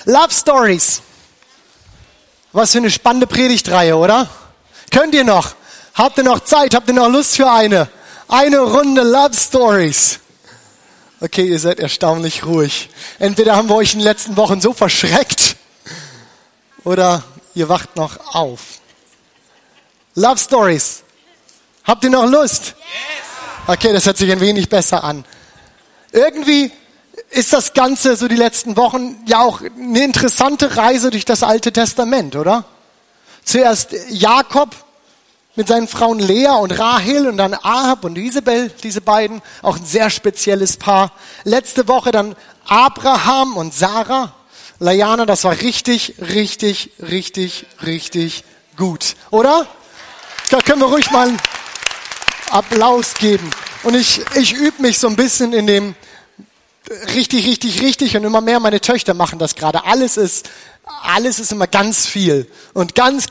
Love Stories. Was für eine spannende Predigtreihe, oder? Könnt ihr noch? Habt ihr noch Zeit? Habt ihr noch Lust für eine? Eine Runde Love Stories. Okay, ihr seid erstaunlich ruhig. Entweder haben wir euch in den letzten Wochen so verschreckt oder ihr wacht noch auf. Love Stories. Habt ihr noch Lust? Okay, das hört sich ein wenig besser an. Irgendwie ist das Ganze so die letzten Wochen ja auch eine interessante Reise durch das Alte Testament, oder? Zuerst Jakob mit seinen Frauen Lea und Rahel und dann Ahab und Isabel, diese beiden, auch ein sehr spezielles Paar. Letzte Woche dann Abraham und Sarah. Lajana, das war richtig gut, oder? Da können wir ruhig mal einen Applaus geben. Und ich übe mich so ein bisschen in dem richtig und immer mehr meine Töchter machen das gerade. Alles ist immer ganz viel. Und ganz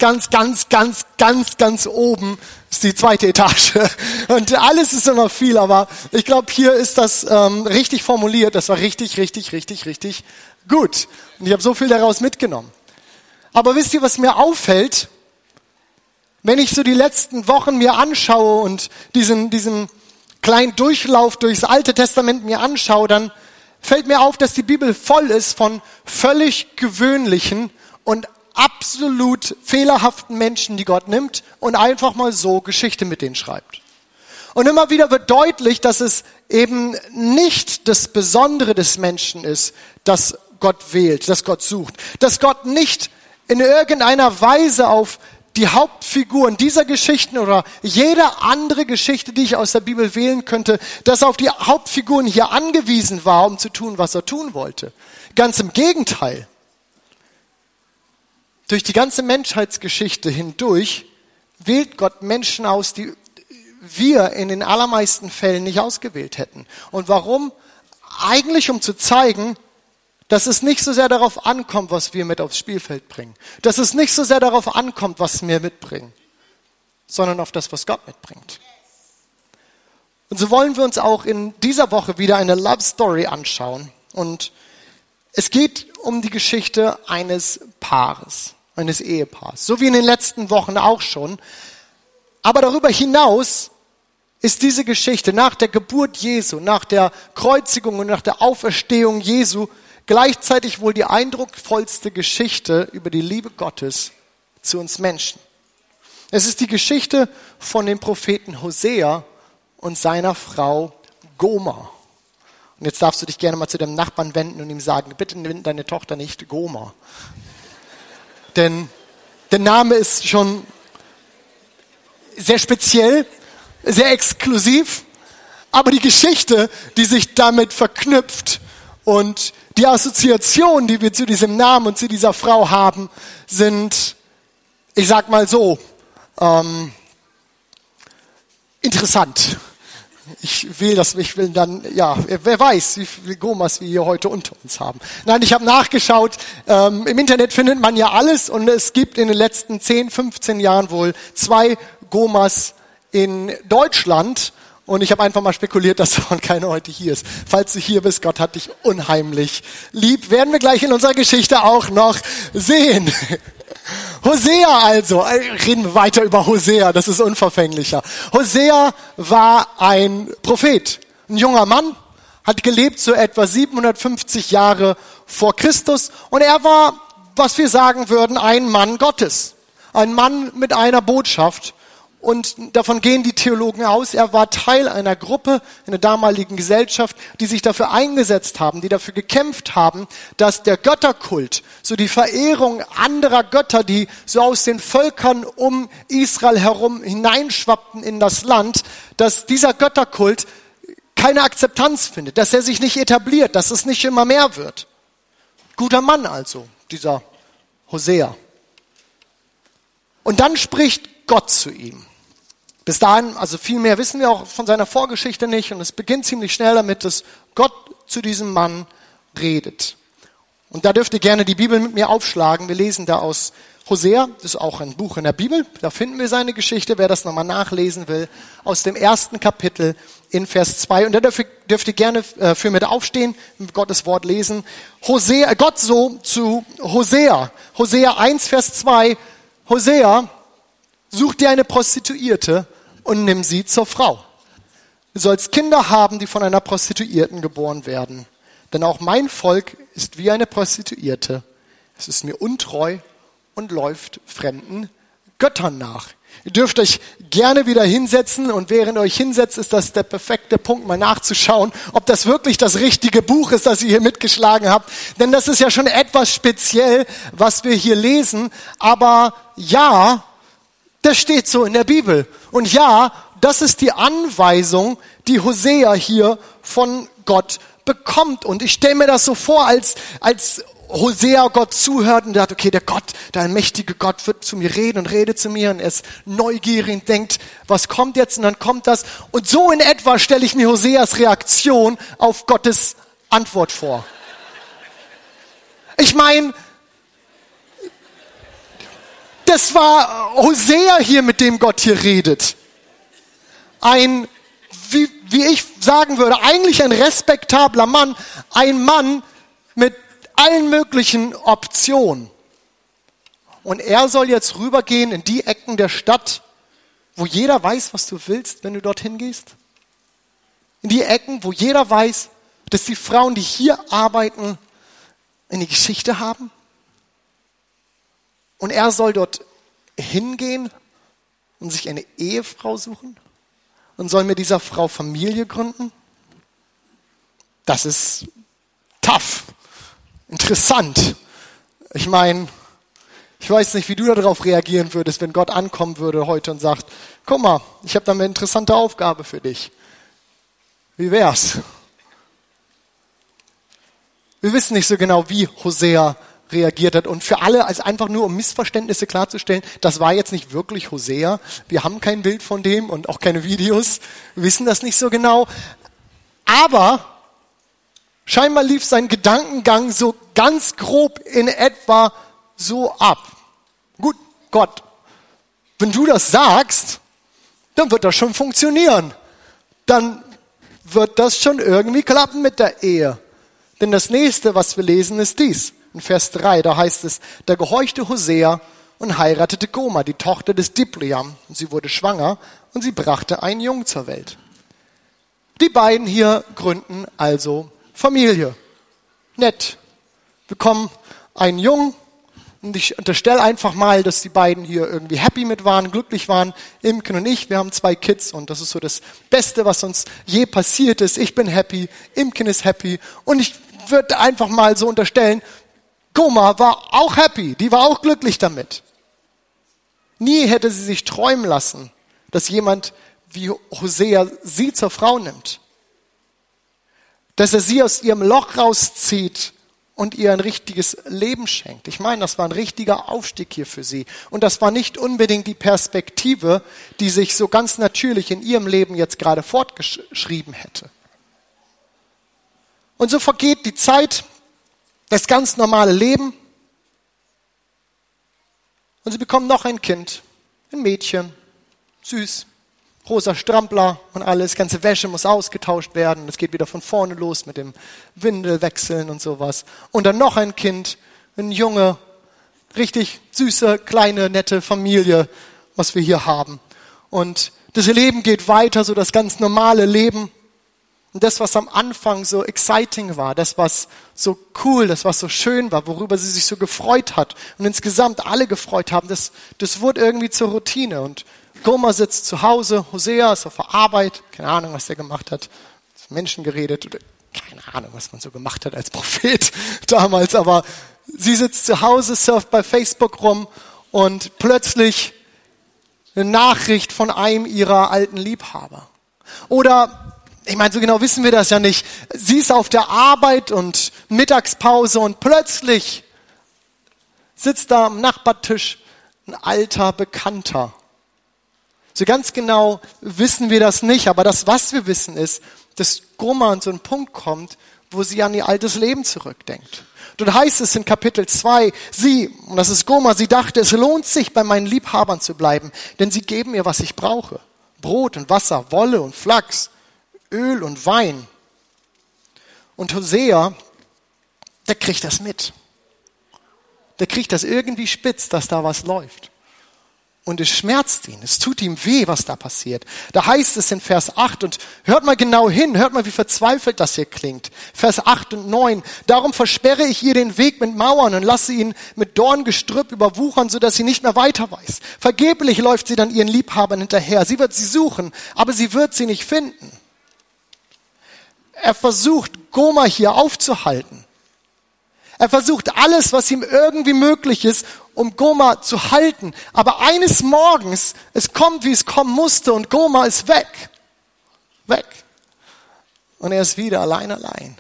oben ist die 2. Etage. Und alles ist immer viel, aber ich glaube, hier ist das richtig formuliert. Das war richtig gut. Und ich habe so viel daraus mitgenommen. Aber wisst ihr, was mir auffällt? Wenn ich so die letzten Wochen mir anschaue und diesen kleinen Durchlauf durchs Alte Testament mir anschaue, dann fällt mir auf, dass die Bibel voll ist von völlig gewöhnlichen und absolut fehlerhaften Menschen, die Gott nimmt und einfach mal so Geschichte mit denen schreibt. Und immer wieder wird deutlich, dass es eben nicht das Besondere des Menschen ist, dass Gott wählt, dass Gott sucht. Dass Gott nicht in irgendeiner Weise auf die Hauptfiguren dieser Geschichten oder jede andere Geschichte, die ich aus der Bibel wählen könnte, dass auf die Hauptfiguren hier angewiesen war, um zu tun, was er tun wollte. Ganz im Gegenteil. Durch die ganze Menschheitsgeschichte hindurch wählt Gott Menschen aus, die wir in den allermeisten Fällen nicht ausgewählt hätten. Und warum? Eigentlich um zu zeigen, dass es nicht so sehr darauf ankommt, was wir mit aufs Spielfeld bringen. Dass es nicht so sehr darauf ankommt, was wir mitbringen, sondern auf das, was Gott mitbringt. Und so wollen wir uns auch in dieser Woche wieder eine Love Story anschauen. Und es geht um die Geschichte eines Paares, eines Ehepaars. So wie in den letzten Wochen auch schon. Aber darüber hinaus ist diese Geschichte nach der Geburt Jesu, nach der Kreuzigung und nach der Auferstehung Jesu gleichzeitig wohl die eindrucksvollste Geschichte über die Liebe Gottes zu uns Menschen. Es ist die Geschichte von dem Propheten Hosea und seiner Frau Gomer. Und jetzt darfst du dich gerne mal zu deinem Nachbarn wenden und ihm sagen, bitte nenn deine Tochter nicht Gomer. Denn der Name ist schon sehr speziell, sehr exklusiv, aber die Geschichte, die sich damit verknüpft und die Assoziationen, die wir zu diesem Namen und zu dieser Frau haben, sind, ich sag mal so, interessant. Ich will dann, ja, wer weiß, wie viele Gomas wir hier heute unter uns haben. Nein, ich habe nachgeschaut, im Internet findet man ja alles und es gibt in den letzten 10, 15 Jahren wohl 2 Gomas in Deutschland. Und ich habe einfach mal spekuliert, dass davon keiner heute hier ist. Falls du hier bist, Gott hat dich unheimlich lieb. Werden wir gleich in unserer Geschichte auch noch sehen. Hosea also, reden wir weiter über Hosea, das ist unverfänglicher. Hosea war ein Prophet, ein junger Mann, hat gelebt so etwa 750 Jahre vor Christus. Und er war, was wir sagen würden, ein Mann Gottes. Ein Mann mit einer Botschaft. Und davon gehen die Theologen aus, er war Teil einer Gruppe in der damaligen Gesellschaft, die sich dafür eingesetzt haben, die dafür gekämpft haben, dass der Götterkult, so die Verehrung anderer Götter, die so aus den Völkern um Israel herum hineinschwappten in das Land, dass dieser Götterkult keine Akzeptanz findet, dass er sich nicht etabliert, dass es nicht immer mehr wird. Guter Mann also, dieser Hosea. Und dann spricht Gott zu ihm. Bis dahin, also viel mehr wissen wir auch von seiner Vorgeschichte nicht und es beginnt ziemlich schnell damit, dass Gott zu diesem Mann redet. Und da dürft ihr gerne die Bibel mit mir aufschlagen. Wir lesen da aus Hosea, das ist auch ein Buch in der Bibel, da finden wir seine Geschichte, wer das nochmal nachlesen will, aus dem 1. Kapitel in Vers 2. Und da dürft ihr gerne für mit aufstehen, Gottes Wort lesen. Hosea, Gott so zu Hosea. Hosea 1, Vers 2. Hosea, such dir eine Prostituierte und nimm sie zur Frau. Du sollst Kinder haben, die von einer Prostituierten geboren werden. Denn auch mein Volk ist wie eine Prostituierte. Es ist mir untreu und läuft fremden Göttern nach. Ihr dürft euch gerne wieder hinsetzen und während ihr euch hinsetzt, ist das der perfekte Punkt, mal nachzuschauen, ob das wirklich das richtige Buch ist, das ihr hier mitgeschlagen habt. Denn das ist ja schon etwas speziell, was wir hier lesen. Aber ja, das steht so in der Bibel. Und ja, das ist die Anweisung, die Hosea hier von Gott bekommt. Und ich stelle mir das so vor, als Hosea Gott zuhört und sagt, okay, der mächtige Gott wird zu mir reden und redet zu mir und er ist neugierig und denkt, was kommt jetzt? Und dann kommt das. Und so in etwa stelle ich mir Hoseas Reaktion auf Gottes Antwort vor. Ich meine, das war Hosea hier, mit dem Gott hier redet. Wie ich sagen würde, eigentlich ein respektabler Mann, ein Mann mit allen möglichen Optionen. Und er soll jetzt rübergehen in die Ecken der Stadt, wo jeder weiß, was du willst, wenn du dorthin gehst. In die Ecken, wo jeder weiß, dass die Frauen, die hier arbeiten, eine Geschichte haben. Und er soll dort hingehen und sich eine Ehefrau suchen und soll mit dieser Frau Familie gründen. Das ist tough. Interessant. Ich meine, ich weiß nicht, wie du darauf reagieren würdest, wenn Gott ankommen würde heute und sagt, guck mal, ich habe da eine interessante Aufgabe für dich. Wie wär's? Wir wissen nicht so genau, wie Hosea reagiert hat. Und für alle, also einfach nur um Missverständnisse klarzustellen, das war jetzt nicht wirklich Hosea. Wir haben kein Bild von dem und auch keine Videos. Wir wissen das nicht so genau. Aber scheinbar lief sein Gedankengang so ganz grob in etwa so ab. Gut, Gott, wenn du das sagst, dann wird das schon funktionieren. Dann wird das schon irgendwie klappen mit der Ehe. Denn das nächste, was wir lesen, ist dies. In Vers 3, da heißt es, da gehorchte Hosea und heiratete Goma, die Tochter des Dibleam. Und sie wurde schwanger und sie brachte einen Jungen zur Welt. Die beiden hier gründen also Familie. Nett. Bekommen einen Jungen. Und ich unterstelle einfach mal, dass die beiden hier irgendwie happy mit waren, glücklich waren. Imken und ich, wir haben 2 Kids und das ist so das Beste, was uns je passiert ist. Ich bin happy, Imken ist happy und ich würde einfach mal so unterstellen, Goma war auch happy, die war auch glücklich damit. Nie hätte sie sich träumen lassen, dass jemand wie Hosea sie zur Frau nimmt. Dass er sie aus ihrem Loch rauszieht und ihr ein richtiges Leben schenkt. Ich meine, das war ein richtiger Aufstieg hier für sie. Und das war nicht unbedingt die Perspektive, die sich so ganz natürlich in ihrem Leben jetzt gerade fortgeschrieben hätte. Und so vergeht die Zeit, das ganz normale Leben. Und sie bekommen noch ein Kind, ein Mädchen, süß, rosa Strampler und alles, ganze Wäsche muss ausgetauscht werden. Es geht wieder von vorne los mit dem Windelwechseln und sowas. Und dann noch ein Kind, ein Junge, richtig süße, kleine, nette Familie, was wir hier haben. Und das Leben geht weiter, so das ganz normale Leben. Und das, was am Anfang so exciting war, das, was so cool, das, was so schön war, worüber sie sich so gefreut hat und insgesamt alle gefreut haben, das wurde irgendwie zur Routine. Und Goma sitzt zu Hause, Hosea ist auf der Arbeit, keine Ahnung, was der gemacht hat, mit Menschen geredet oder keine Ahnung, was man so gemacht hat als Prophet damals, aber sie sitzt zu Hause, surft bei Facebook rum und plötzlich eine Nachricht von einem ihrer alten Liebhaber. Oder ich meine, so genau wissen wir das ja nicht. Sie ist auf der Arbeit und Mittagspause und plötzlich sitzt da am Nachbartisch ein alter Bekannter. So ganz genau wissen wir das nicht, aber das, was wir wissen, ist, dass Goma an so einen Punkt kommt, wo sie an ihr altes Leben zurückdenkt. Dort heißt es in Kapitel 2, sie, und das ist Gomer, sie dachte, es lohnt sich, bei meinen Liebhabern zu bleiben, denn sie geben mir, was ich brauche. Brot und Wasser, Wolle und Flachs, Öl und Wein. Und Hosea, der kriegt das mit. Der kriegt das irgendwie spitz, dass da was läuft. Und es schmerzt ihn, es tut ihm weh, was da passiert. Da heißt es in Vers 8, und hört mal genau hin, hört mal, wie verzweifelt das hier klingt. Vers 8 und 9, darum versperre ich ihr den Weg mit Mauern und lasse ihn mit Dorngestrüpp überwuchern, sodass sie nicht mehr weiter weiß. Vergeblich läuft sie dann ihren Liebhabern hinterher. Sie wird sie suchen, aber sie wird sie nicht finden. Er versucht, Gomer hier aufzuhalten. Er versucht alles, was ihm irgendwie möglich ist, um Gomer zu halten. Aber eines Morgens, es kommt, wie es kommen musste, und Gomer ist weg. Weg. Und er ist wieder allein.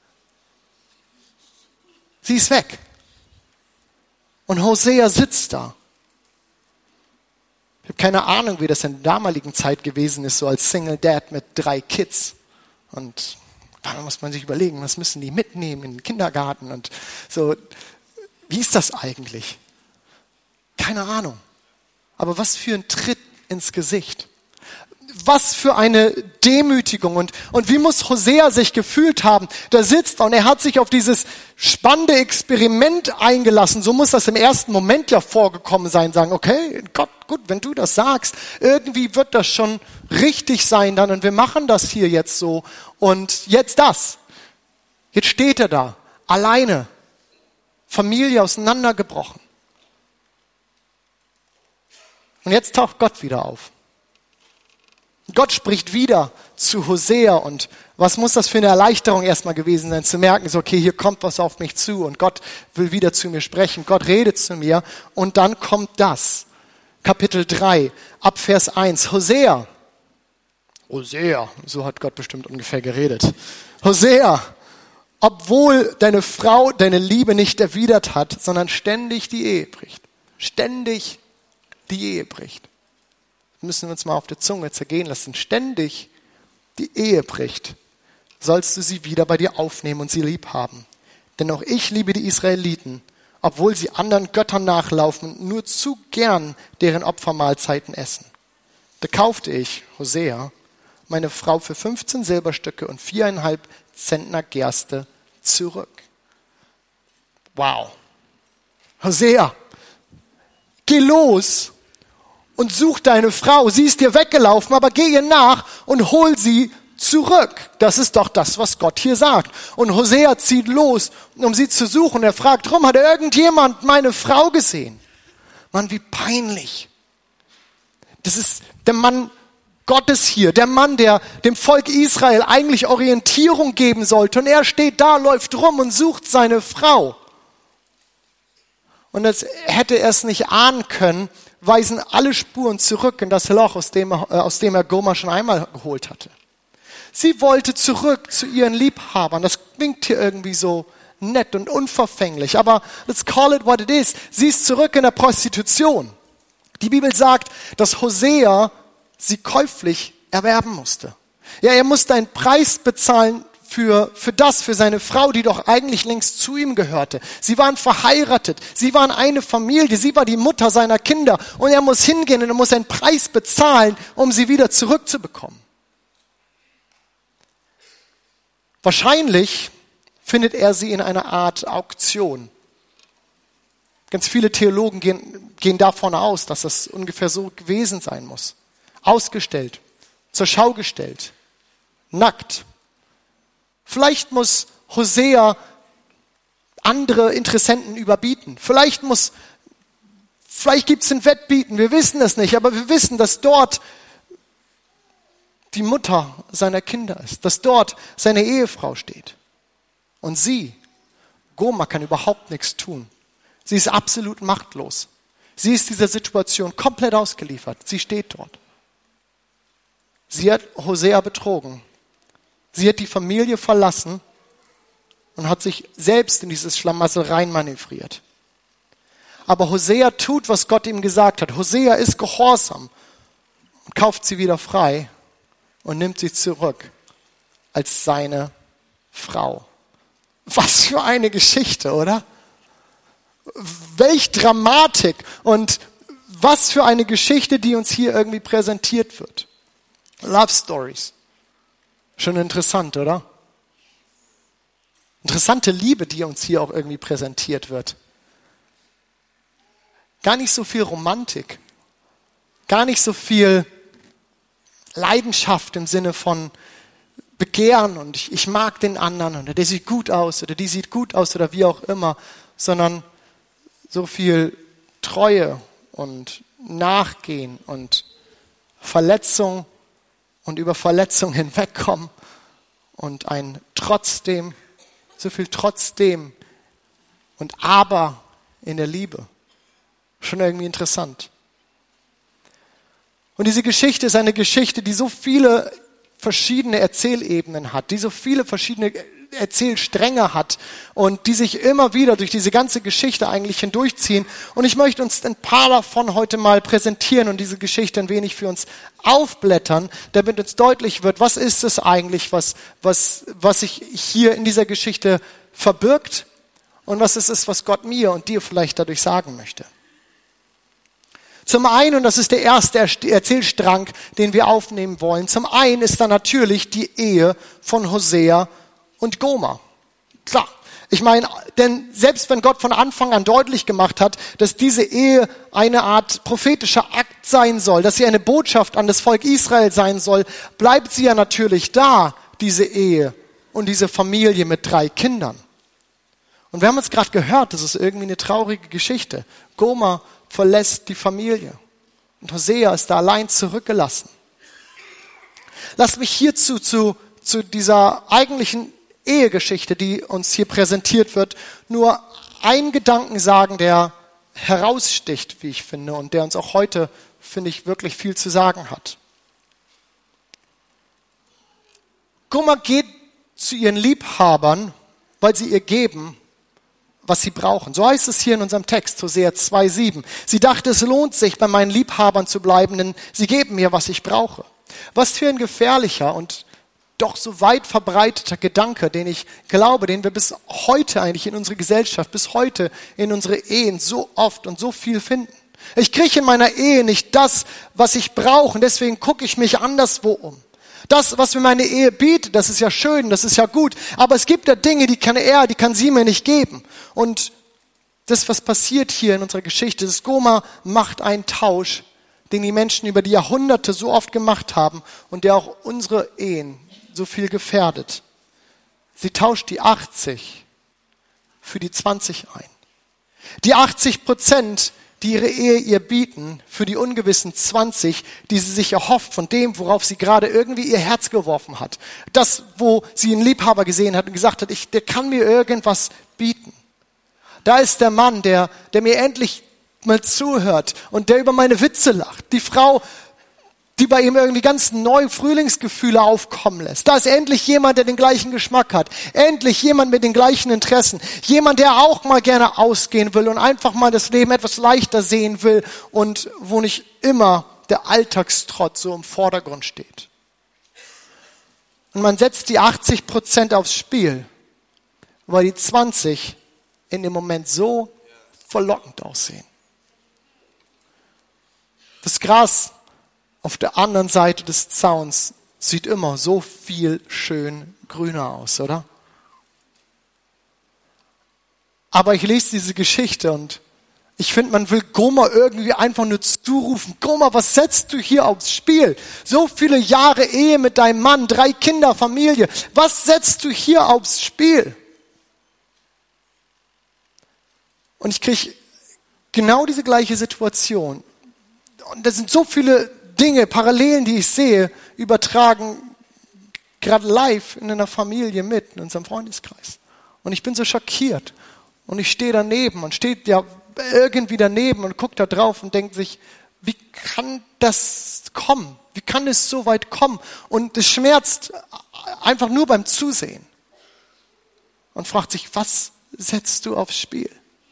Sie ist weg. Und Hosea sitzt da. Ich habe keine Ahnung, wie das in der damaligen Zeit gewesen ist, so als Single Dad mit 3 Kids. Und da muss man sich überlegen, was müssen die mitnehmen in den Kindergarten und so. Wie ist das eigentlich? Keine Ahnung. Aber was für ein Tritt ins Gesicht. Was für eine Demütigung. Und wie muss Hosea sich gefühlt haben? Da sitzt er und er hat sich auf dieses spannende Experiment eingelassen. So muss das im ersten Moment ja vorgekommen sein. Sagen, okay, Gott, gut, wenn du das sagst, irgendwie wird das schon richtig sein dann. Und wir machen das hier jetzt so. Und jetzt das. Jetzt steht er da, alleine. Familie auseinandergebrochen. Und jetzt taucht Gott wieder auf. Gott spricht wieder zu Hosea, und was muss das für eine Erleichterung erstmal gewesen sein, zu merken, so, okay, hier kommt was auf mich zu und Gott will wieder zu mir sprechen, Gott redet zu mir, und dann kommt das. Kapitel 3, ab Vers 1, Hosea, so hat Gott bestimmt ungefähr geredet. Hosea, obwohl deine Frau deine Liebe nicht erwidert hat, sondern ständig die Ehe bricht. Ständig die Ehe bricht. Müssen wir uns mal auf der Zunge zergehen lassen. Ständig die Ehe bricht, sollst du sie wieder bei dir aufnehmen und sie lieb haben. Denn auch ich liebe die Israeliten, obwohl sie anderen Göttern nachlaufen und nur zu gern deren Opfermahlzeiten essen. Da kaufte ich, Hosea, meine Frau für 15 Silberstücke und 4,5 Zentner Gerste zurück. Wow. Hosea, geh los und such deine Frau. Sie ist dir weggelaufen, aber geh ihr nach und hol sie zurück. Das ist doch das, was Gott hier sagt. Und Hosea zieht los, um sie zu suchen. Er fragt, drum hat irgendjemand meine Frau gesehen? Mann, wie peinlich. Das ist der Mann Gottes hier, der Mann, der dem Volk Israel eigentlich Orientierung geben sollte. Und er steht da, läuft rum und sucht seine Frau. Und als hätte er es nicht ahnen können, weisen alle Spuren zurück in das Loch, aus dem er Gomer schon einmal geholt hatte. Sie wollte zurück zu ihren Liebhabern. Das klingt hier irgendwie so nett und unverfänglich, aber let's call it what it is. Sie ist zurück in der Prostitution. Die Bibel sagt, dass Hosea sie käuflich erwerben musste. Ja, er musste einen Preis bezahlen für seine Frau, die doch eigentlich längst zu ihm gehörte. Sie waren verheiratet, sie waren eine Familie, sie war die Mutter seiner Kinder, und er muss hingehen und er muss einen Preis bezahlen, um sie wieder zurückzubekommen. Wahrscheinlich findet er sie in einer Art Auktion. Ganz viele Theologen gehen davon aus, dass das ungefähr so gewesen sein muss. Ausgestellt, zur Schau gestellt, nackt. Vielleicht muss Hosea andere Interessenten überbieten. Vielleicht gibt es ein Wettbieten, wir wissen es nicht, aber wir wissen, dass dort die Mutter seiner Kinder ist, dass dort seine Ehefrau steht. Und sie, Gomer, kann überhaupt nichts tun. Sie ist absolut machtlos. Sie ist dieser Situation komplett ausgeliefert. Sie steht dort. Sie hat Hosea betrogen. Sie hat die Familie verlassen und hat sich selbst in dieses Schlamassel reinmanövriert. Aber Hosea tut, was Gott ihm gesagt hat. Hosea ist gehorsam und kauft sie wieder frei und nimmt sie zurück als seine Frau. Was für eine Geschichte, oder? Welch Dramatik und was für eine Geschichte, die uns hier irgendwie präsentiert wird. Love Stories. Schon interessant, oder? Interessante Liebe, die uns hier auch irgendwie präsentiert wird. Gar nicht so viel Romantik. Gar nicht so viel Leidenschaft im Sinne von Begehren und ich mag den anderen oder der sieht gut aus oder die sieht gut aus oder wie auch immer, sondern so viel Treue und Nachgehen und Verletzung und über Verletzung hinwegkommen und ein trotzdem, so viel trotzdem und aber in der Liebe. Schon irgendwie interessant. Und diese Geschichte ist eine Geschichte, die so viele verschiedene Erzählebenen hat, die so viele verschiedene Erzählstränge hat und die sich immer wieder durch diese ganze Geschichte eigentlich hindurchziehen. Und ich möchte uns ein paar davon heute mal präsentieren und diese Geschichte ein wenig für uns aufblättern, damit uns deutlich wird, was ist es eigentlich, was sich hier in dieser Geschichte verbirgt und was ist es, was Gott mir und dir vielleicht dadurch sagen möchte. Zum einen, und das ist der erste Erzählstrang, den wir aufnehmen wollen, zum einen ist da natürlich die Ehe von Hosea und Gomer. Klar, ich meine, denn selbst wenn Gott von Anfang an deutlich gemacht hat, dass diese Ehe eine Art prophetischer Akt sein soll, dass sie eine Botschaft an das Volk Israel sein soll, bleibt sie ja natürlich da, diese Ehe und diese Familie mit 3 Kindern. Und wir haben uns gerade gehört, das ist irgendwie eine traurige Geschichte. Gomer verlässt die Familie und Hosea ist da allein zurückgelassen. Lass mich hierzu zu dieser eigentlichen Ehegeschichte, die uns hier präsentiert wird, nur einen Gedanken sagen, der heraussticht, wie ich finde, und der uns auch heute, finde ich, wirklich viel zu sagen hat. Gomer geht zu ihren Liebhabern, weil sie ihr geben, was sie brauchen. So heißt es hier in unserem Text, Hosea 2,7. Sie dachte, es lohnt sich, bei meinen Liebhabern zu bleiben, denn sie geben mir, was ich brauche. Was für ein gefährlicher und doch so weit verbreiteter Gedanke, den ich glaube, den wir bis heute eigentlich in unserer Gesellschaft, bis heute in unsere Ehen so oft und so viel finden. Ich kriege in meiner Ehe nicht das, was ich brauche, und deswegen gucke ich mich anderswo um. Das, was mir meine Ehe bietet, das ist ja schön, das ist ja gut, aber es gibt ja Dinge, die kann sie mir nicht geben. Und das, was passiert hier in unserer Geschichte, ist, Gomer macht einen Tausch, den die Menschen über die Jahrhunderte so oft gemacht haben und der auch unsere Ehen so viel gefährdet. Sie tauscht die 80 für die 20 ein. Die 80%, die ihre Ehe ihr bieten, für die ungewissen 20, die sie sich erhofft von dem, worauf sie gerade irgendwie ihr Herz geworfen hat. Das, wo sie einen Liebhaber gesehen hat und gesagt hat, der kann mir irgendwas bieten. Da ist der Mann, der mir endlich mal zuhört und der über meine Witze lacht. Die Frau, die bei ihm irgendwie ganz neue Frühlingsgefühle aufkommen lässt. Da ist endlich jemand, der den gleichen Geschmack hat. Endlich jemand mit den gleichen Interessen. Jemand, der auch mal gerne ausgehen will und einfach mal das Leben etwas leichter sehen will und wo nicht immer der Alltagstrott so im Vordergrund steht. Und man setzt die 80% aufs Spiel, weil die 20 in dem Moment so verlockend aussehen. Das Gras auf der anderen Seite des Zauns sieht immer so viel schön grüner aus, oder? Aber ich lese diese Geschichte und ich finde, man will Gomer irgendwie einfach nur zurufen. Gomer, was setzt du hier aufs Spiel? So viele Jahre Ehe mit deinem Mann, 3 Kinder, Familie. Was setzt du hier aufs Spiel? Und ich kriege genau diese gleiche Situation. Und das sind so viele Dinge, Parallelen, die ich sehe, übertragen gerade live in einer Familie mit, in unserem Freundeskreis. Und ich bin so schockiert. Und ich stehe daneben und steht ja irgendwie daneben und guckt da drauf und denkt sich, wie kann das kommen? Wie kann es so weit kommen? Und es schmerzt einfach nur beim Zusehen. Und fragt sich, was setzt du aufs Spiel?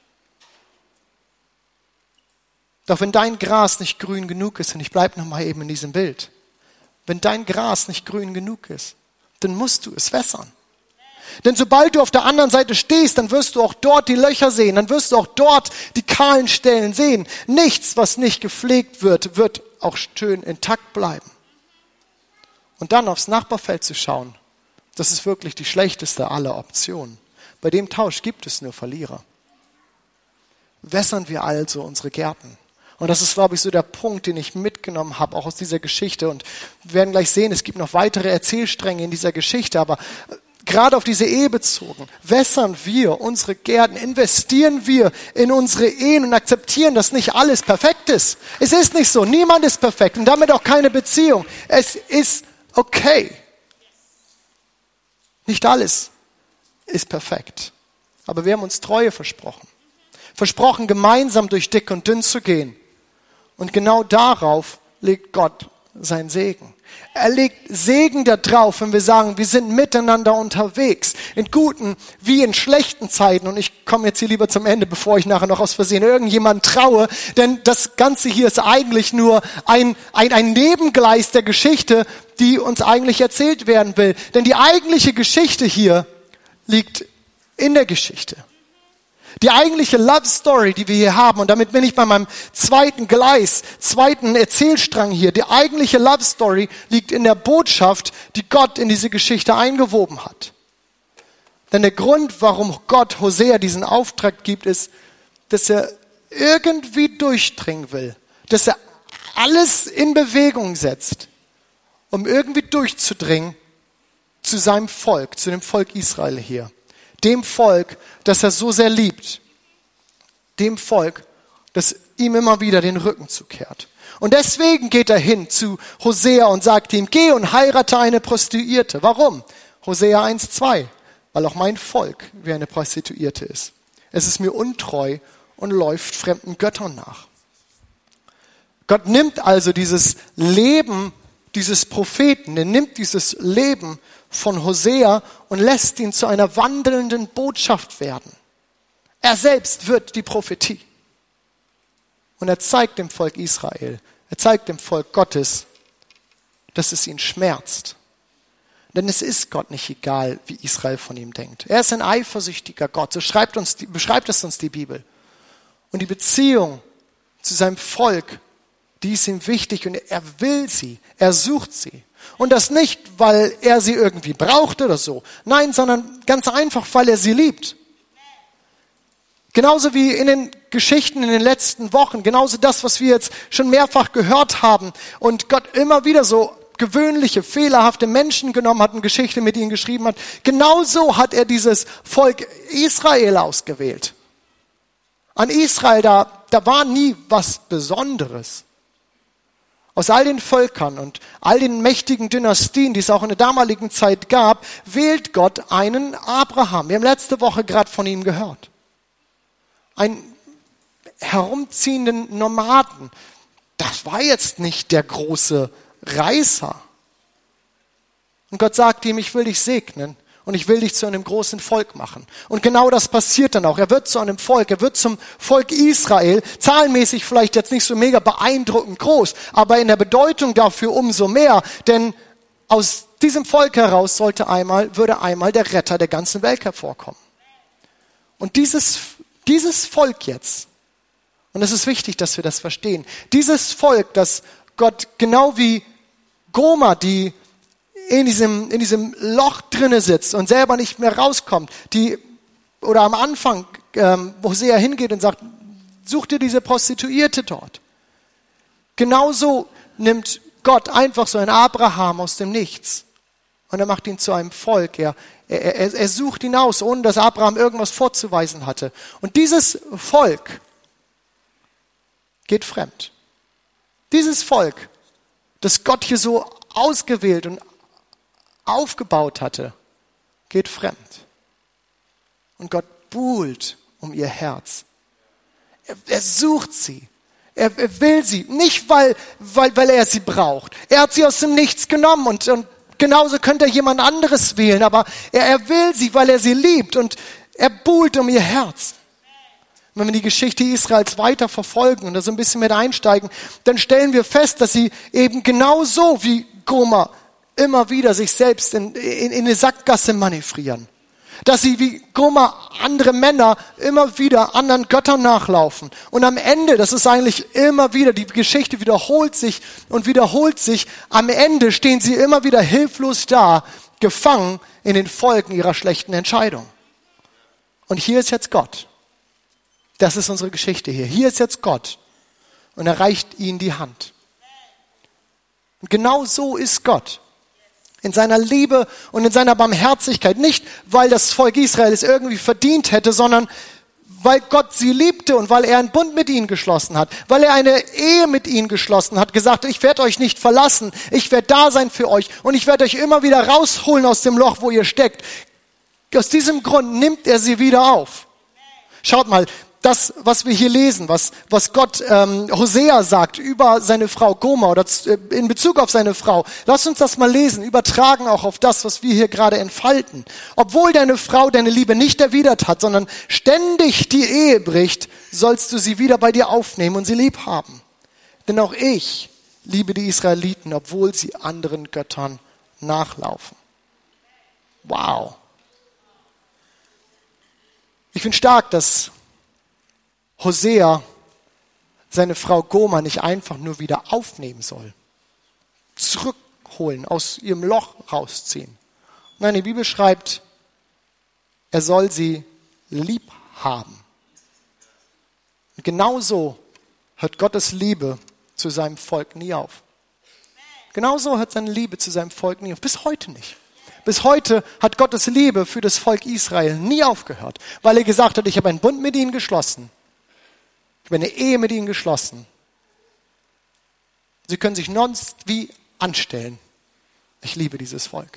Doch wenn dein Gras nicht grün genug ist, und ich bleibe nochmal eben in diesem Bild, wenn dein Gras nicht grün genug ist, dann musst du es wässern. Denn sobald du auf der anderen Seite stehst, dann wirst du auch dort die Löcher sehen, dann wirst du auch dort die kahlen Stellen sehen. Nichts, was nicht gepflegt wird, wird auch schön intakt bleiben. Und dann aufs Nachbarfeld zu schauen, das ist wirklich die schlechteste aller Optionen. Bei dem Tausch gibt es nur Verlierer. Wässern wir also unsere Gärten. Und das ist, glaube ich, so der Punkt, den ich mitgenommen habe, auch aus dieser Geschichte. Und wir werden gleich sehen, es gibt noch weitere Erzählstränge in dieser Geschichte, aber gerade auf diese Ehe bezogen, wässern wir unsere Gärten, investieren wir in unsere Ehen und akzeptieren, dass nicht alles perfekt ist. Es ist nicht so, niemand ist perfekt und damit auch keine Beziehung. Es ist okay. Nicht alles ist perfekt. Aber wir haben uns Treue versprochen. Versprochen, gemeinsam durch dick und dünn zu gehen. Und genau darauf legt Gott seinen Segen. Er legt Segen da drauf, wenn wir sagen, wir sind miteinander unterwegs. In guten wie in schlechten Zeiten. Und ich komme jetzt hier lieber zum Ende, bevor ich nachher noch aus Versehen irgendjemand traue. Denn das Ganze hier ist eigentlich nur ein Nebengleis der Geschichte, die uns eigentlich erzählt werden will. Denn die eigentliche Geschichte hier liegt in der Geschichte. Die eigentliche Love Story, die wir hier haben, und damit bin ich bei meinem zweiten Erzählstrang hier. Die eigentliche Love Story liegt in der Botschaft, die Gott in diese Geschichte eingewoben hat. Denn der Grund, warum Gott Hosea diesen Auftrag gibt, ist, dass er irgendwie durchdringen will. Dass er alles in Bewegung setzt, um irgendwie durchzudringen zu seinem Volk, zu dem Volk Israel hier. Dem Volk, das er so sehr liebt. Dem Volk, das ihm immer wieder den Rücken zukehrt. Und deswegen geht er hin zu Hosea und sagt ihm, geh und heirate eine Prostituierte. Warum? Hosea 1,2. Weil auch mein Volk wie eine Prostituierte ist. Es ist mir untreu und läuft fremden Göttern nach. Gott nimmt also dieses Leben dieses Propheten, er nimmt dieses Leben von Hosea und lässt ihn zu einer wandelnden Botschaft werden. Er selbst wird die Prophetie. Und er zeigt dem Volk Israel, er zeigt dem Volk Gottes, dass es ihn schmerzt. Denn es ist Gott nicht egal, wie Israel von ihm denkt. Er ist ein eifersüchtiger Gott, so beschreibt es uns die Bibel. Und die Beziehung zu seinem Volk, die ist ihm wichtig und er will sie, er sucht sie. Und das nicht, weil er sie irgendwie braucht oder so. Nein, sondern ganz einfach, weil er sie liebt. Genauso wie in den Geschichten in den letzten Wochen, genauso das, was wir jetzt schon mehrfach gehört haben und Gott immer wieder so gewöhnliche, fehlerhafte Menschen genommen hat und Geschichte mit ihnen geschrieben hat. Genauso hat er dieses Volk Israel ausgewählt. An Israel, da war nie was Besonderes. Aus all den Völkern und all den mächtigen Dynastien, die es auch in der damaligen Zeit gab, wählt Gott einen Abraham. Wir haben letzte Woche gerade von ihm gehört. Einen herumziehenden Nomaden. Das war jetzt nicht der große Reißer. Und Gott sagt ihm, ich will dich segnen und ich will dich zu einem großen Volk machen. Und genau das passiert dann auch. Er wird zu einem Volk, er wird zum Volk Israel, zahlenmäßig vielleicht jetzt nicht so mega beeindruckend groß, aber in der Bedeutung dafür umso mehr, denn aus diesem Volk heraus würde einmal der Retter der ganzen Welt hervorkommen. Und dieses Volk jetzt, und es ist wichtig, dass wir das verstehen, dieses Volk, das Gott genau wie Gomer, die in diesem Loch drinne sitzt und selber nicht mehr rauskommt, oder am Anfang, wo Hosea hingeht und sagt, such dir diese Prostituierte dort. Genauso nimmt Gott einfach so einen Abraham aus dem Nichts und er macht ihn zu einem Volk. Er sucht ihn aus, ohne dass Abraham irgendwas vorzuweisen hatte. Und dieses Volk geht fremd. Dieses Volk, das Gott hier so ausgewählt und aufgebaut hatte, geht fremd. Und Gott buhlt um ihr Herz. Er sucht sie. Er will sie. Nicht, weil er sie braucht. Er hat sie aus dem Nichts genommen und genauso könnte er jemand anderes wählen, aber er will sie, weil er sie liebt und er buhlt um ihr Herz. Wenn wir die Geschichte Israels weiter verfolgen und da so ein bisschen mit einsteigen, dann stellen wir fest, dass sie eben genauso wie Gomer immer wieder sich selbst in eine Sackgasse manövrieren. Dass sie wie Gomer, andere Männer, immer wieder anderen Göttern nachlaufen. Und am Ende, das ist eigentlich immer wieder, die Geschichte wiederholt sich und wiederholt sich. Am Ende stehen sie immer wieder hilflos da, gefangen in den Folgen ihrer schlechten Entscheidung. Und hier ist jetzt Gott. Das ist unsere Geschichte hier. Hier ist jetzt Gott. Und er reicht ihnen die Hand. Und genau so ist Gott. In seiner Liebe und in seiner Barmherzigkeit. Nicht, weil das Volk Israel es irgendwie verdient hätte, sondern weil Gott sie liebte und weil er einen Bund mit ihnen geschlossen hat. Weil er eine Ehe mit ihnen geschlossen hat. Gesagt, ich werde euch nicht verlassen. Ich werde da sein für euch. Und ich werde euch immer wieder rausholen aus dem Loch, wo ihr steckt. Aus diesem Grund nimmt er sie wieder auf. Schaut mal, das, was wir hier lesen, was Gott Hosea sagt über seine Frau Gomer oder in Bezug auf seine Frau. Lass uns das mal lesen, übertragen auch auf das, was wir hier gerade entfalten. Obwohl deine Frau deine Liebe nicht erwidert hat, sondern ständig die Ehe bricht, sollst du sie wieder bei dir aufnehmen und sie lieb haben. Denn auch ich liebe die Israeliten, obwohl sie anderen Göttern nachlaufen. Wow. Ich finde stark, dass Hosea seine Frau Gomer nicht einfach nur wieder aufnehmen soll, zurückholen, aus ihrem Loch rausziehen. Nein, die Bibel schreibt, er soll sie lieb haben. Und genauso hört Gottes Liebe zu seinem Volk nie auf. Genauso hört seine Liebe zu seinem Volk nie auf, bis heute nicht. Bis heute hat Gottes Liebe für das Volk Israel nie aufgehört, weil er gesagt hat, ich habe einen Bund mit ihnen geschlossen. Ich habe eine Ehe mit ihnen geschlossen. Sie können sich sonst wie anstellen. Ich liebe dieses Volk.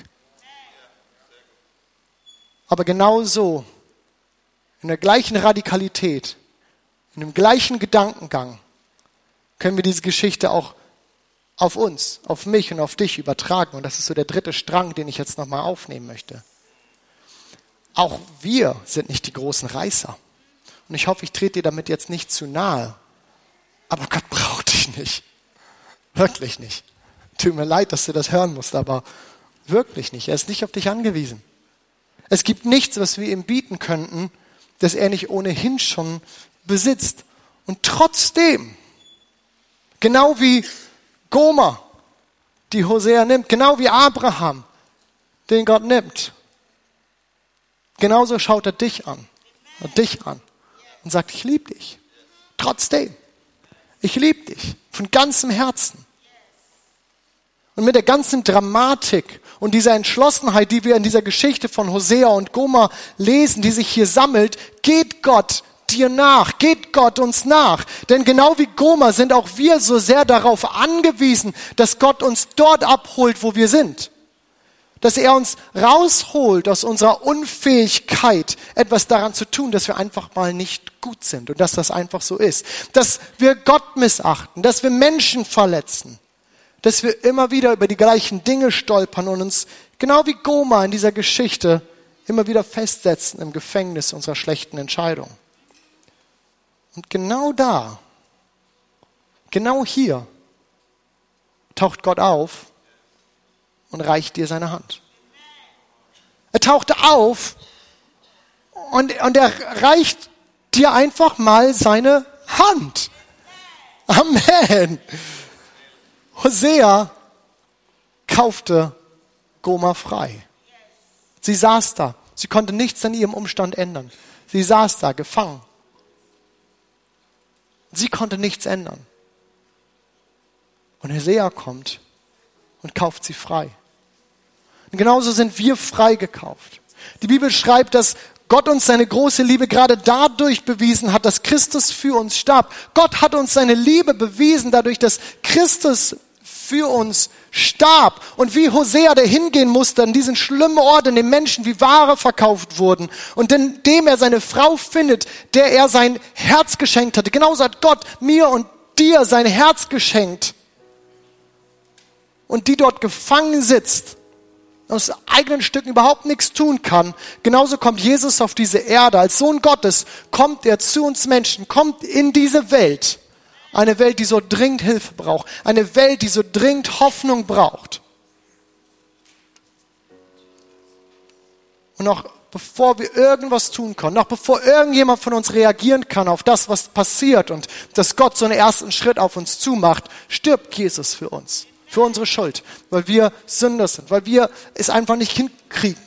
Aber genauso, in der gleichen Radikalität, in dem gleichen Gedankengang, können wir diese Geschichte auch auf uns, auf mich und auf dich übertragen. Und das ist so der dritte Strang, den ich jetzt nochmal aufnehmen möchte. Auch wir sind nicht die großen Reißer. Und ich hoffe, ich trete dir damit jetzt nicht zu nahe. Aber Gott braucht dich nicht. Wirklich nicht. Tut mir leid, dass du das hören musst, aber wirklich nicht. Er ist nicht auf dich angewiesen. Es gibt nichts, was wir ihm bieten könnten, das er nicht ohnehin schon besitzt. Und trotzdem, genau wie Gomer, die Hosea nimmt, genau wie Abraham, den Gott nimmt, genauso schaut er dich an und sagt, ich liebe dich. Trotzdem, ich liebe dich von ganzem Herzen. Und mit der ganzen Dramatik und dieser Entschlossenheit, die wir in dieser Geschichte von Hosea und Gomer lesen, die sich hier sammelt, geht Gott dir nach, geht Gott uns nach. Denn genau wie Gomer sind auch wir so sehr darauf angewiesen, dass Gott uns dort abholt, wo wir sind. Dass er uns rausholt aus unserer Unfähigkeit, etwas daran zu tun, dass wir einfach mal nicht gut sind und dass das einfach so ist. Dass wir Gott missachten, dass wir Menschen verletzen, dass wir immer wieder über die gleichen Dinge stolpern und uns, genau wie Gomer in dieser Geschichte, immer wieder festsetzen im Gefängnis unserer schlechten Entscheidung. Und genau da, genau hier, taucht Gott auf und reicht dir seine Hand. Er taucht auf und er reicht dir einfach mal seine Hand. Amen. Hosea kaufte Gomer frei. Sie saß da. Sie konnte nichts an ihrem Umstand ändern. Sie saß da, gefangen. Sie konnte nichts ändern. Und Hosea kommt und kauft sie frei. Und genauso sind wir freigekauft. Die Bibel schreibt, dass Gott uns seine große Liebe gerade dadurch bewiesen hat, dass Christus für uns starb. Gott hat uns seine Liebe bewiesen dadurch, dass Christus für uns starb. Und wie Hosea, der hingehen musste an diesen schlimmen Ort, in dem Menschen wie Ware verkauft wurden und indem er seine Frau findet, der er sein Herz geschenkt hatte. Genauso hat Gott mir und dir sein Herz geschenkt. Und die dort gefangen sitzt, aus eigenen Stücken überhaupt nichts tun kann. Genauso kommt Jesus auf diese Erde. Als Sohn Gottes kommt er zu uns Menschen, kommt in diese Welt. Eine Welt, die so dringend Hilfe braucht. Eine Welt, die so dringend Hoffnung braucht. Und auch bevor wir irgendwas tun können, noch bevor irgendjemand von uns reagieren kann auf das, was passiert und dass Gott so einen ersten Schritt auf uns zumacht, stirbt Jesus für uns, für unsere Schuld, weil wir Sünder sind, weil wir es einfach nicht hinkriegen.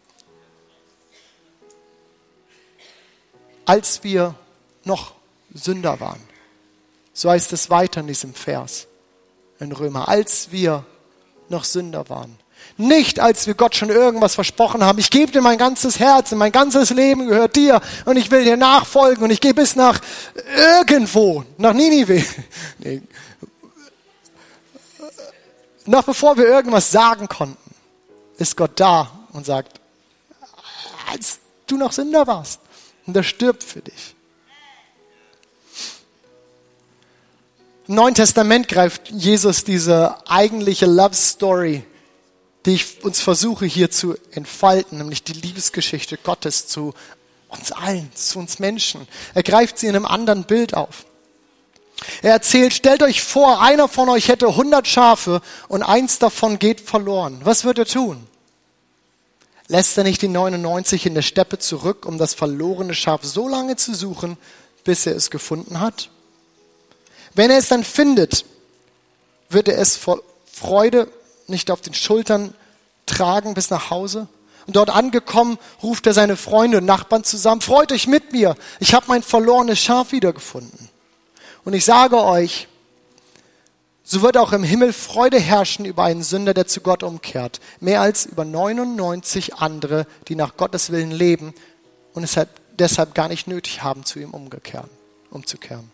Als wir noch Sünder waren. So heißt es weiter in diesem Vers in Römer. Als wir noch Sünder waren. Nicht, als wir Gott schon irgendwas versprochen haben. Ich gebe dir mein ganzes Herz und mein ganzes Leben gehört dir und ich will dir nachfolgen und ich gehe bis nach irgendwo, nach Ninive. Nee. Noch bevor wir irgendwas sagen konnten, ist Gott da und sagt, als du noch Sünder warst und er stirbt für dich. Im Neuen Testament greift Jesus diese eigentliche Love Story, die ich uns versuche hier zu entfalten, nämlich die Liebesgeschichte Gottes zu uns allen, zu uns Menschen. Er greift sie in einem anderen Bild auf. Er erzählt, stellt euch vor, einer von euch hätte 100 Schafe und eins davon geht verloren. Was wird er tun? Lässt er nicht die 99 in der Steppe zurück, um das verlorene Schaf so lange zu suchen, bis er es gefunden hat? Wenn er es dann findet, wird er es vor Freude nicht auf den Schultern tragen bis nach Hause? Und dort angekommen, ruft er seine Freunde und Nachbarn zusammen. Freut euch mit mir, ich habe mein verlorenes Schaf wiedergefunden. Und ich sage euch, so wird auch im Himmel Freude herrschen über einen Sünder, der zu Gott umkehrt. Mehr als über 99 andere, die nach Gottes Willen leben und es deshalb gar nicht nötig haben, zu ihm umzukehren.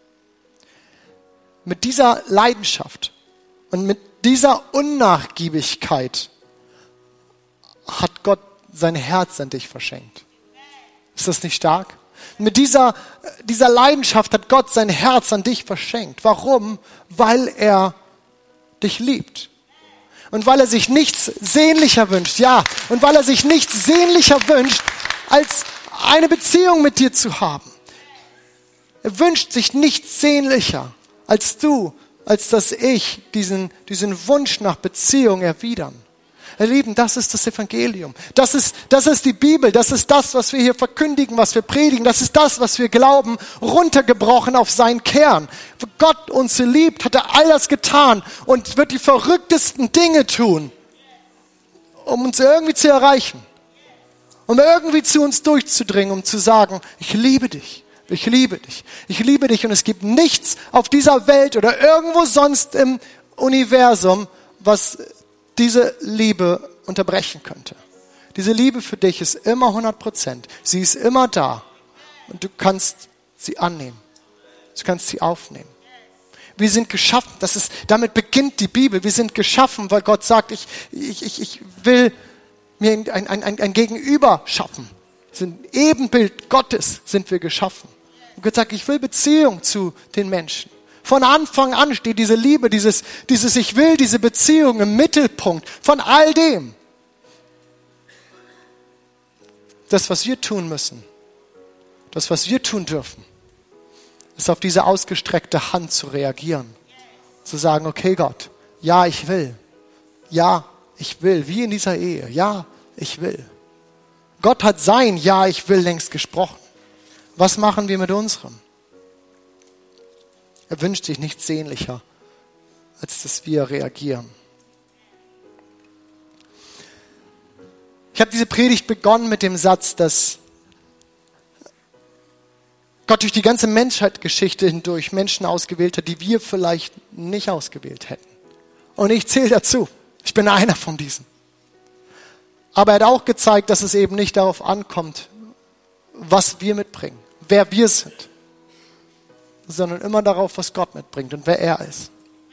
Mit dieser Leidenschaft und mit dieser Unnachgiebigkeit hat Gott sein Herz an dich verschenkt. Ist das nicht stark? Mit dieser Leidenschaft hat Gott sein Herz an dich verschenkt. Warum? Weil er dich liebt. Und weil er sich nichts sehnlicher wünscht. Ja, und weil er sich nichts sehnlicher wünscht, als eine Beziehung mit dir zu haben. Er wünscht sich nichts sehnlicher als dass ich diesen Wunsch nach Beziehung erwidern. Ihr Lieben, das ist das Evangelium. Das ist die Bibel. Das ist das, was wir hier verkündigen, was wir predigen. Das ist das, was wir glauben, runtergebrochen auf seinen Kern. Wo Gott uns liebt, hat er all das getan und wird die verrücktesten Dinge tun, um uns irgendwie zu erreichen. Um irgendwie zu uns durchzudringen, um zu sagen, ich liebe dich. Ich liebe dich. Ich liebe dich und es gibt nichts auf dieser Welt oder irgendwo sonst im Universum, was diese Liebe unterbrechen könnte. Diese Liebe für dich ist immer 100%. Sie ist immer da und du kannst sie annehmen. Du kannst sie aufnehmen. Wir sind geschaffen. Damit beginnt die Bibel. Wir sind geschaffen, weil Gott sagt, ich will mir ein Gegenüber schaffen. Ein Ebenbild Gottes sind wir geschaffen. Und Gott sagt, ich will Beziehung zu den Menschen. Von Anfang an steht diese Liebe, dieses ich will diese Beziehung im Mittelpunkt von all dem. Das, was wir tun müssen, das, was wir tun dürfen, ist auf diese ausgestreckte Hand zu reagieren. Zu sagen, okay Gott, ja, ich will. Ja, ich will. Wie in dieser Ehe. Ja, ich will. Gott hat sein Ja, ich will längst gesprochen. Was machen wir mit unserem? Er wünscht sich nichts sehnlicher, als dass wir reagieren. Ich habe diese Predigt begonnen mit dem Satz, dass Gott durch die ganze Menschheitsgeschichte hindurch Menschen ausgewählt hat, die wir vielleicht nicht ausgewählt hätten. Und ich zähle dazu. Ich bin einer von diesen. Aber er hat auch gezeigt, dass es eben nicht darauf ankommt, was wir mitbringen, wer wir sind, sondern immer darauf, was Gott mitbringt und wer er ist.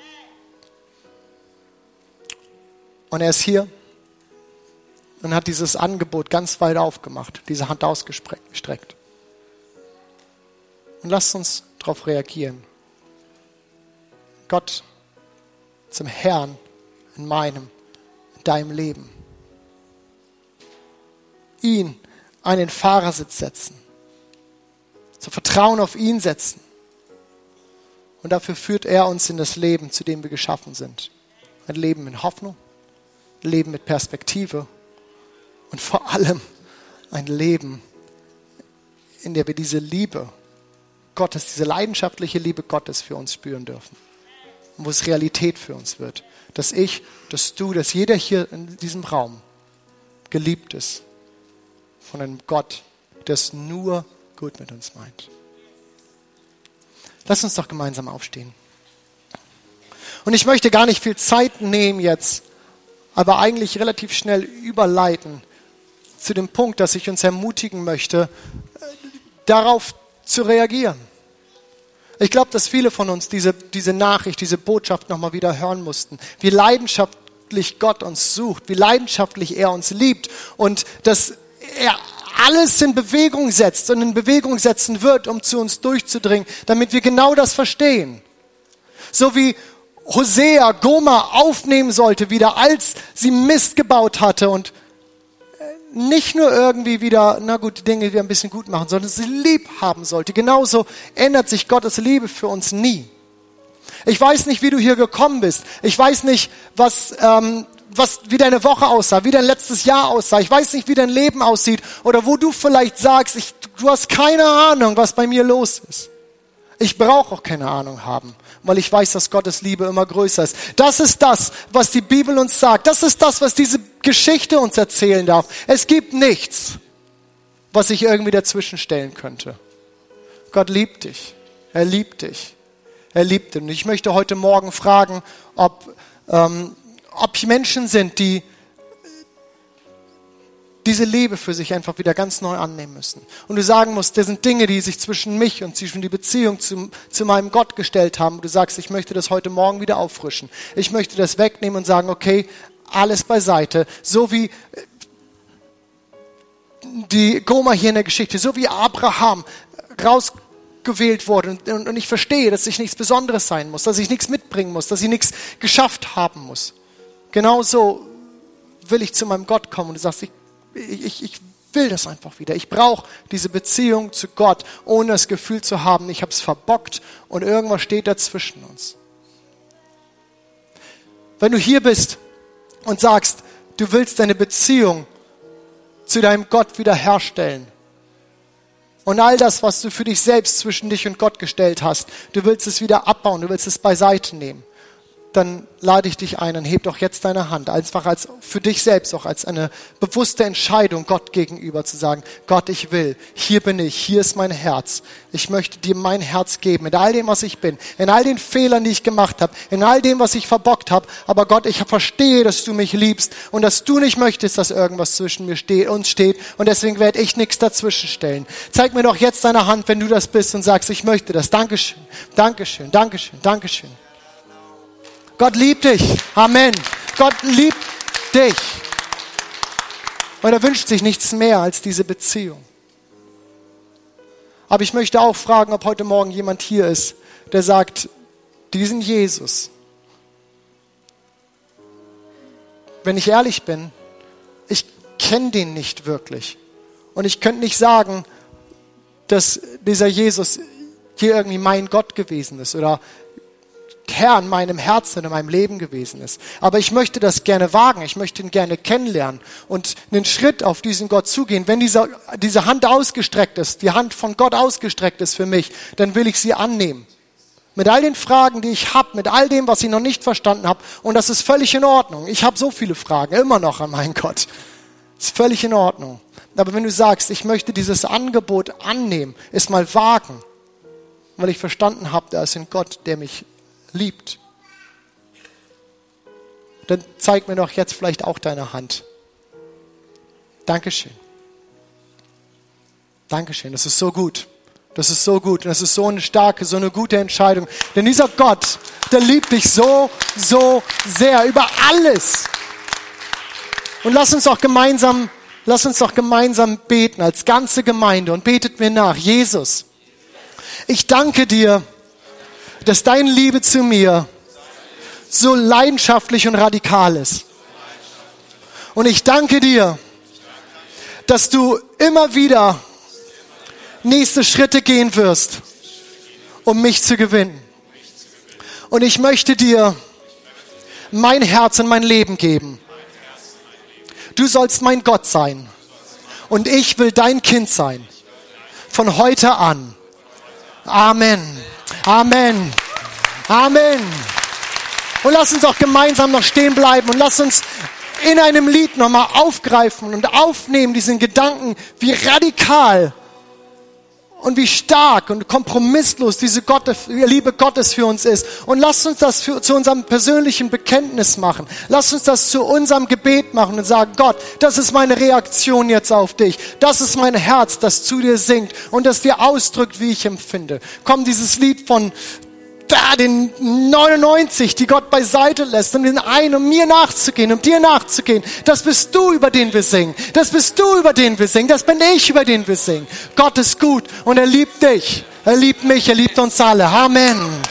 Und er ist hier und hat dieses Angebot ganz weit aufgemacht, diese Hand ausgestreckt. Und lasst uns darauf reagieren. Gott zum Herrn in meinem, in deinem Leben. Ihn an den Fahrersitz setzen. Zu Vertrauen auf ihn setzen. Und dafür führt er uns in das Leben, zu dem wir geschaffen sind. Ein Leben in Hoffnung, ein Leben mit Perspektive und vor allem ein Leben, in dem wir diese Liebe Gottes, diese leidenschaftliche Liebe Gottes für uns spüren dürfen. Und wo es Realität für uns wird. Dass ich, dass du, dass jeder hier in diesem Raum geliebt ist von einem Gott, der es nur gut mit uns meint. Lass uns doch gemeinsam aufstehen. Und ich möchte gar nicht viel Zeit nehmen jetzt, aber eigentlich relativ schnell überleiten zu dem Punkt, dass ich uns ermutigen möchte, darauf zu reagieren. Ich glaube, dass viele von uns diese Nachricht, diese Botschaft nochmal wieder hören mussten. Wie leidenschaftlich Gott uns sucht, wie leidenschaftlich er uns liebt und dass er alles in Bewegung setzt und in Bewegung setzen wird, um zu uns durchzudringen, damit wir genau das verstehen. So wie Hosea Gomer aufnehmen sollte wieder, als sie Mist gebaut hatte und nicht nur irgendwie wieder, die Dinge wieder ein bisschen gut machen, sondern sie lieb haben sollte. Genauso ändert sich Gottes Liebe für uns nie. Ich weiß nicht, wie du hier gekommen bist. Ich weiß nicht, wie deine Woche aussah, wie dein letztes Jahr aussah. Ich weiß nicht, wie dein Leben aussieht oder wo du vielleicht sagst, du hast keine Ahnung, was bei mir los ist. Ich brauche auch keine Ahnung haben, weil ich weiß, dass Gottes Liebe immer größer ist. Das ist das, was die Bibel uns sagt. Das ist das, was diese Geschichte uns erzählen darf. Es gibt nichts, was ich irgendwie dazwischen stellen könnte. Gott liebt dich. Er liebt dich. Er liebt dich. Und ich möchte heute Morgen fragen, ob Menschen sind, die diese Liebe für sich einfach wieder ganz neu annehmen müssen. Und du sagen musst, das sind Dinge, die sich zwischen mich und zwischen die Beziehung zu meinem Gott gestellt haben. Und du sagst, ich möchte das heute Morgen wieder auffrischen. Ich möchte das wegnehmen und sagen, okay, alles beiseite. So wie die Gomer hier in der Geschichte, so wie Abraham rausgewählt wurde. Und ich verstehe, dass ich nichts Besonderes sein muss, dass ich nichts mitbringen muss, dass ich nichts geschafft haben muss. Genauso will ich zu meinem Gott kommen und du sagst, ich will das einfach wieder. Ich brauche diese Beziehung zu Gott, ohne das Gefühl zu haben, ich habe es verbockt und irgendwas steht dazwischen uns. Wenn du hier bist und sagst, du willst deine Beziehung zu deinem Gott wiederherstellen und all das, was du für dich selbst zwischen dich und Gott gestellt hast, du willst es wieder abbauen, du willst es beiseite nehmen, dann lade ich dich ein und heb doch jetzt deine Hand, einfach als für dich selbst auch als eine bewusste Entscheidung Gott gegenüber zu sagen, Gott, ich will, hier bin ich, hier ist mein Herz. Ich möchte dir mein Herz geben, in all dem, was ich bin, in all den Fehlern, die ich gemacht habe, in all dem, was ich verbockt habe. Aber Gott, ich verstehe, dass du mich liebst und dass du nicht möchtest, dass irgendwas zwischen uns steht und deswegen werde ich nichts dazwischen stellen. Zeig mir doch jetzt deine Hand, wenn du das bist und sagst, ich möchte das. Dankeschön, Dankeschön, Dankeschön, Dankeschön. Gott liebt dich. Amen. Gott liebt dich. Und er wünscht sich nichts mehr als diese Beziehung. Aber ich möchte auch fragen, ob heute Morgen jemand hier ist, der sagt, diesen Jesus, wenn ich ehrlich bin, ich kenne den nicht wirklich. Und ich könnte nicht sagen, dass dieser Jesus hier irgendwie mein Gott gewesen ist oder Herr in meinem Herzen, in meinem Leben gewesen ist. Aber ich möchte das gerne wagen, ich möchte ihn gerne kennenlernen und einen Schritt auf diesen Gott zugehen. Wenn diese Hand ausgestreckt ist, die Hand von Gott ausgestreckt ist für mich, dann will ich sie annehmen. Mit all den Fragen, die ich habe, mit all dem, was ich noch nicht verstanden habe. Und das ist völlig in Ordnung. Ich habe so viele Fragen, immer noch an meinen Gott. Das ist völlig in Ordnung. Aber wenn du sagst, ich möchte dieses Angebot annehmen, es mal wagen, weil ich verstanden habe, da ist ein Gott, der mich liebt, dann zeig mir doch jetzt vielleicht auch deine Hand. Dankeschön. Dankeschön, das ist so gut. Das ist so gut und das ist so eine starke, so eine gute Entscheidung. Denn dieser Gott, der liebt dich so, so sehr über alles. Und lass uns doch gemeinsam beten als ganze Gemeinde und betet mir nach. Jesus, ich danke dir, dass deine Liebe zu mir so leidenschaftlich und radikal ist. Und ich danke dir, dass du immer wieder nächste Schritte gehen wirst, um mich zu gewinnen. Und ich möchte dir mein Herz und mein Leben geben. Du sollst mein Gott sein. und ich will dein Kind sein. Von heute an. Amen. Amen. Amen. Und lass uns auch gemeinsam noch stehen bleiben und lass uns in einem Lied nochmal aufgreifen und aufnehmen diesen Gedanken, wie radikal und wie stark und kompromisslos diese Liebe Gottes für uns ist. Und lasst uns das zu unserem persönlichen Bekenntnis machen. Lasst uns das zu unserem Gebet machen und sagen, Gott, das ist meine Reaktion jetzt auf dich. Das ist mein Herz, das zu dir singt und das dir ausdrückt, wie ich empfinde. Komm, dieses Lied von den 99, die Gott beiseite lässt, um den einen, um mir nachzugehen, um dir nachzugehen. Das bist du, über den wir singen. Das bist du, über den wir singen. Das bin ich, über den wir singen. Gott ist gut und er liebt dich. Er liebt mich, er liebt uns alle. Amen.